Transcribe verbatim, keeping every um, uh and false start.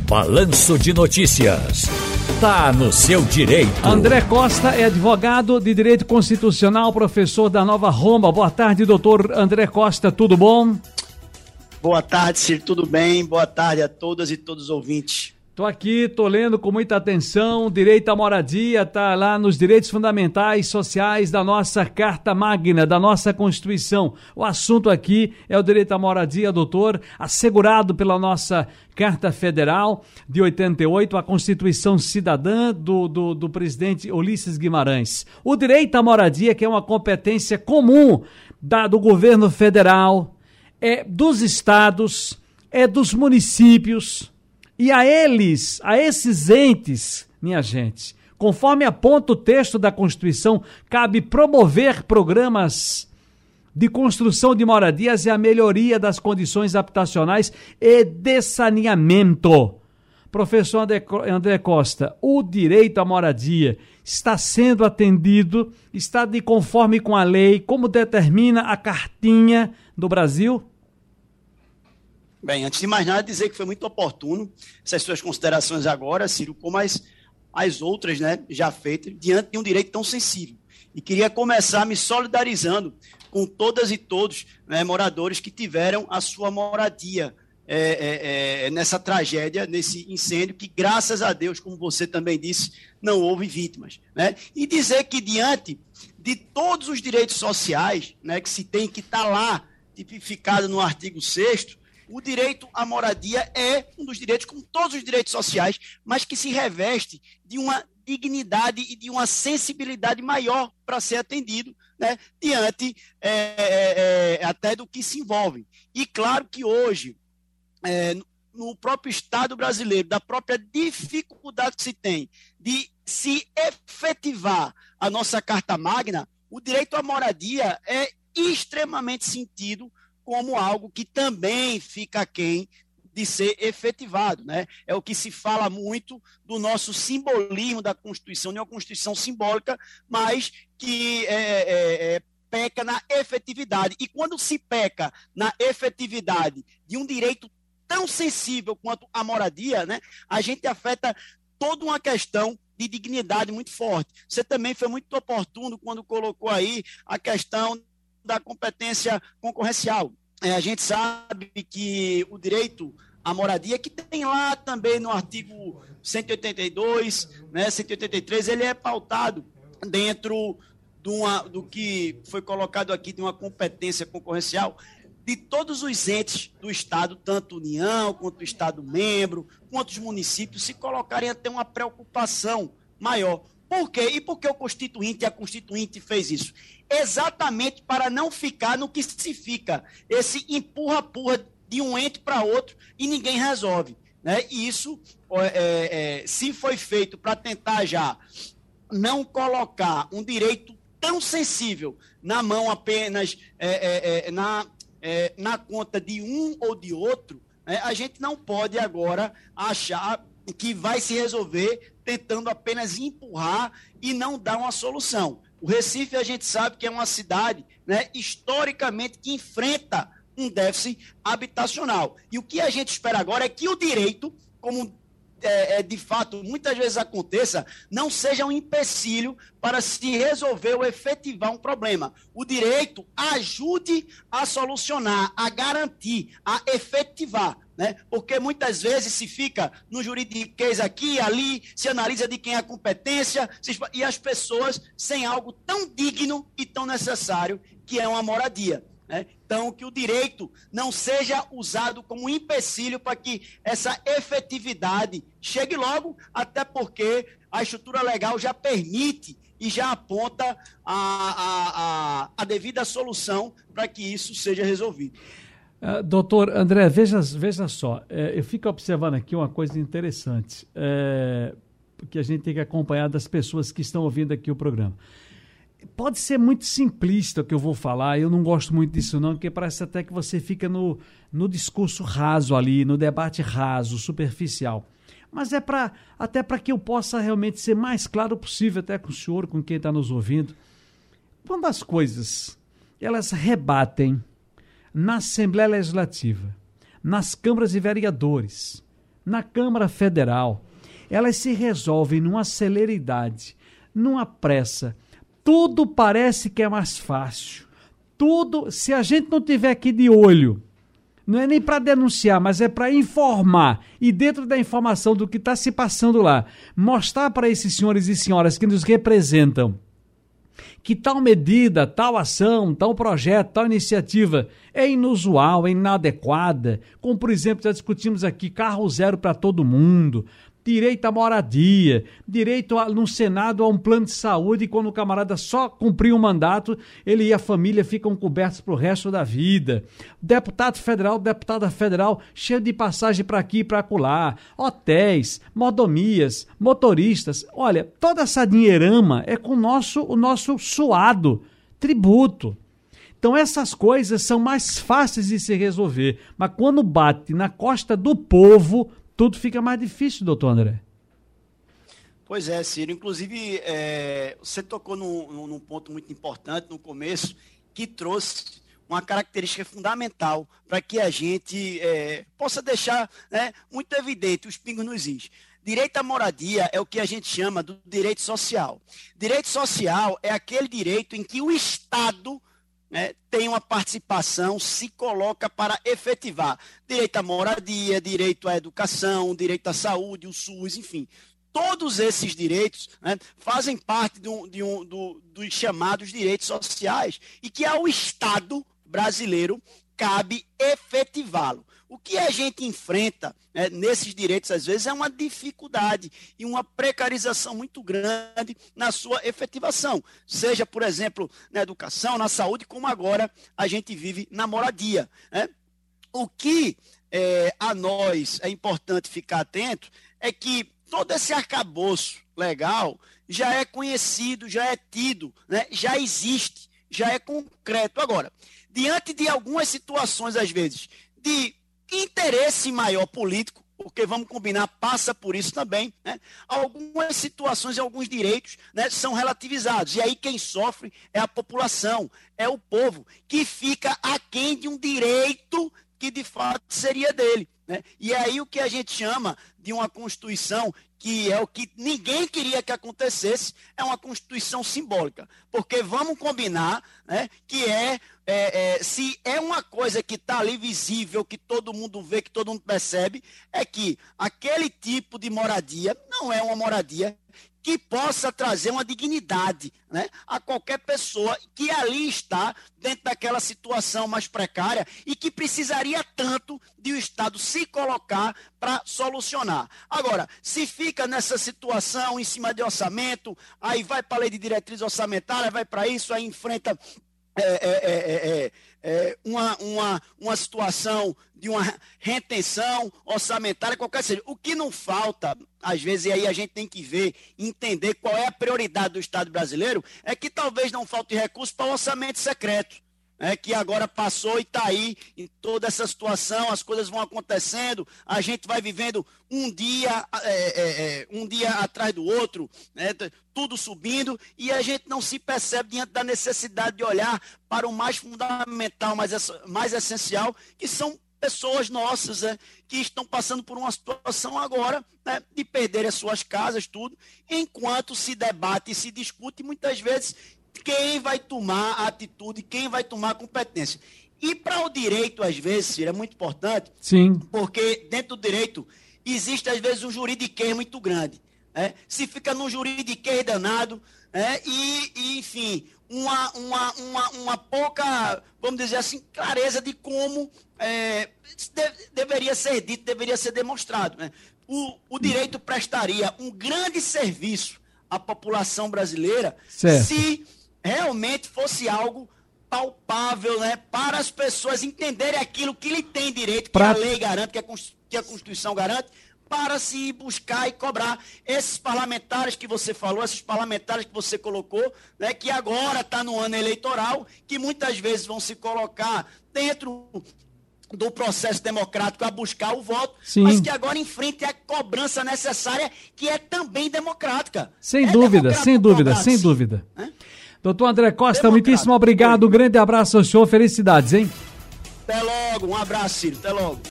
Balanço de Notícias. Tá no seu direito. André Costa é advogado de Direito Constitucional, professor da Nova Roma. Boa tarde, doutor André Costa, tudo bom? Boa tarde, Ciro, tudo bem? Boa tarde a todas e todos os ouvintes. Tô aqui, tô lendo com muita atenção, direito à moradia, tá lá nos direitos fundamentais sociais da nossa Carta Magna, da nossa Constituição. O assunto aqui é o direito à moradia, doutor, assegurado pela nossa Carta Federal de oitenta e oito, a Constituição Cidadã do, do, do presidente Ulisses Guimarães. O direito à moradia, que é uma competência comum da, do governo federal, é dos estados, é dos municípios. E a eles, a esses entes, minha gente, conforme aponta o texto da Constituição, cabe promover programas de construção de moradias e a melhoria das condições habitacionais e de saneamento. Professor André Costa, o direito à moradia está sendo atendido, está de conforme com a lei, como determina a Cartinha do Brasil? Bem, antes de mais nada, dizer que foi muito oportuno essas suas considerações agora, Ciro, como as, as outras, né, já feitas, diante de um direito tão sensível. E queria começar me solidarizando com todas e todos, né, moradores que tiveram a sua moradia é, é, é, nessa tragédia, nesse incêndio, que graças a Deus, como você também disse, não houve vítimas. Né? E dizer que diante de todos os direitos sociais, né, que se tem que estar tá lá, tipificado no artigo sexto, o direito à moradia é um dos direitos, como todos os direitos sociais, mas que se reveste de uma dignidade e de uma sensibilidade maior para ser atendido, né, diante é, é, até do que se envolve. E claro que hoje, é, no próprio Estado brasileiro, da própria dificuldade que se tem de se efetivar a nossa Carta Magna, o direito à moradia é extremamente sentido como algo que também fica aquém de ser efetivado, né? É o que se fala muito do nosso simbolismo da Constituição, de uma Constituição simbólica, mas que é, é, é, peca na efetividade. E quando se peca na efetividade de um direito tão sensível quanto a moradia, né, a gente afeta toda uma questão de dignidade muito forte. Você também foi muito oportuno quando colocou aí a questão da competência concorrencial. É, a gente sabe que o direito à moradia, que tem lá também no artigo cento e oitenta e dois, né, cento e oitenta e três, ele é pautado dentro de uma, do que foi colocado aqui de uma competência concorrencial de todos os entes do Estado, tanto União, quanto o Estado-membro, quanto os municípios, se colocarem a ter uma preocupação maior. Por quê? E por que o Constituinte e a Constituinte fez isso? Exatamente para não ficar no que se fica, esse empurra-purra de um ente para outro e ninguém resolve. Né? E isso, é, é, se foi feito para tentar já não colocar um direito tão sensível na mão apenas, é, é, é, na, é, na conta de um ou de outro, né? A gente não pode agora achar que vai se resolver tentando apenas empurrar e não dar uma solução. O Recife, a gente sabe que é uma cidade, né, historicamente, que enfrenta um déficit habitacional. E o que a gente espera agora é que o direito, como é, é, de fato muitas vezes aconteça, não seja um empecilho para se resolver ou efetivar um problema. O direito ajude a solucionar, a garantir, a efetivar. Né? Porque muitas vezes se fica no juridiquês aqui, ali, se analisa de quem é a competência, se, e as pessoas sem algo tão digno e tão necessário que é uma moradia. Né? Então, que o direito não seja usado como empecilho para que essa efetividade chegue logo, até porque a estrutura legal já permite e já aponta a, a, a, a devida solução para que isso seja resolvido. Uh, doutor André, veja, veja só, é, eu fico observando aqui uma coisa interessante, é, que a gente tem que acompanhar das pessoas que estão ouvindo aqui o programa. Pode ser muito simplista o que eu vou falar, eu não gosto muito disso não, porque parece até que você fica no, no discurso raso ali, no debate raso, superficial. Mas é para até para que eu possa realmente ser mais claro possível, até com o senhor, com quem está nos ouvindo. Quando as coisas, elas rebatem na Assembleia Legislativa, nas câmaras de vereadores, na Câmara Federal, elas se resolvem numa celeridade, numa pressa. Tudo parece que é mais fácil. Tudo, se a gente não tiver aqui de olho, não é nem para denunciar, mas é para informar. E dentro da informação do que está se passando lá, mostrar para esses senhores e senhoras que nos representam que tal medida, tal ação, tal projeto, tal iniciativa é inusual, é inadequada. Como, por exemplo, já discutimos aqui, carro zero para todo mundo, direito à moradia, direito a, no Senado a um plano de saúde, e quando o camarada só cumprir um mandato, ele e a família ficam cobertos para o resto da vida. Deputado federal, deputada federal, cheio de passagem para aqui e para acolá, hotéis, mordomias, motoristas. Olha, toda essa dinheirama é com o nosso, o nosso suado tributo. Então essas coisas são mais fáceis de se resolver, mas quando bate na costa do povo, tudo fica mais difícil, doutor André. Pois é, Ciro. Inclusive, é, você tocou num, num ponto muito importante no começo, que trouxe uma característica fundamental para que a gente é, possa deixar, né, muito evidente os pingos nos is. Direito à moradia é o que a gente chama do direito social. Direito social é aquele direito em que o Estado, né, tem uma participação, se coloca para efetivar direito à moradia, direito à educação, direito à saúde, o SUS, enfim. Todos esses direitos, né, fazem parte de um, de um, do, dos chamados direitos sociais e que ao Estado brasileiro cabe efetivá-lo. O que a gente enfrenta, né, nesses direitos, às vezes, é uma dificuldade e uma precarização muito grande na sua efetivação. Seja, por exemplo, na educação, na saúde, como agora a gente vive na moradia, né? O que é, a nós é importante ficar atento é que todo esse arcabouço legal já é conhecido, já é tido, né, já existe, já é concreto. Agora, diante de algumas situações, às vezes, de interesse maior político, porque vamos combinar, passa por isso também, né? Algumas situações e alguns direitos, né, são relativizados. E aí quem sofre é a população, é o povo, que fica aquém de um direito que de fato seria dele, né? E é aí o que a gente chama de uma Constituição, que é o que ninguém queria que acontecesse, é uma Constituição simbólica. Porque vamos combinar, né, que é, é, é, se é uma coisa que está ali visível, que todo mundo vê, que todo mundo percebe, é que aquele tipo de moradia não é uma moradia que possa trazer uma dignidade, né, a qualquer pessoa que ali está dentro daquela situação mais precária e que precisaria tanto de o Estado se colocar para solucionar. Agora, se fica nessa situação em cima de orçamento, aí vai para a lei de diretriz orçamentária, vai para isso, aí enfrenta É, é, é, é, é, uma, uma, uma situação de uma retenção orçamentária, qualquer seja. O que não falta, às vezes, e aí a gente tem que ver, entender qual é a prioridade do Estado brasileiro, é que talvez não falte recurso para o orçamento secreto, é, que agora passou e está aí em toda essa situação, as coisas vão acontecendo, a gente vai vivendo um dia, é, é, é, um dia atrás do outro, né, tudo subindo, e a gente não se percebe diante da necessidade de olhar para o mais fundamental, mais, mais essencial, que são pessoas nossas, né, que estão passando por uma situação agora, né, de perder as suas casas, tudo, enquanto se debate e se discute, muitas vezes, quem vai tomar a atitude, quem vai tomar a competência. E para o direito, às vezes, Ciro, é muito importante, sim, porque dentro do direito existe, às vezes, um juridiquês muito grande. Né? Se fica num juridiquês danado, né? e, e, enfim, uma, uma, uma, uma pouca, vamos dizer assim, clareza de como é, de, deveria ser dito, deveria ser demonstrado. Né? O, o direito prestaria um grande serviço à população brasileira, certo, se realmente fosse algo palpável, né, para as pessoas entenderem aquilo que lhe tem direito, que pra... a lei garante, que a, que a Constituição garante, para se buscar e cobrar esses parlamentares que você falou, esses parlamentares que você colocou, né, que agora está no ano eleitoral, que muitas vezes vão se colocar dentro do processo democrático a buscar o voto, sim, mas que agora enfrenta a cobrança necessária, que é também democrática. Sem é dúvida, sem dúvida, sem sim. dúvida. É? Doutor André Costa, democrático. Muitíssimo obrigado, um grande abraço ao senhor, felicidades, hein? Até logo, um abraço, Ciro, até logo.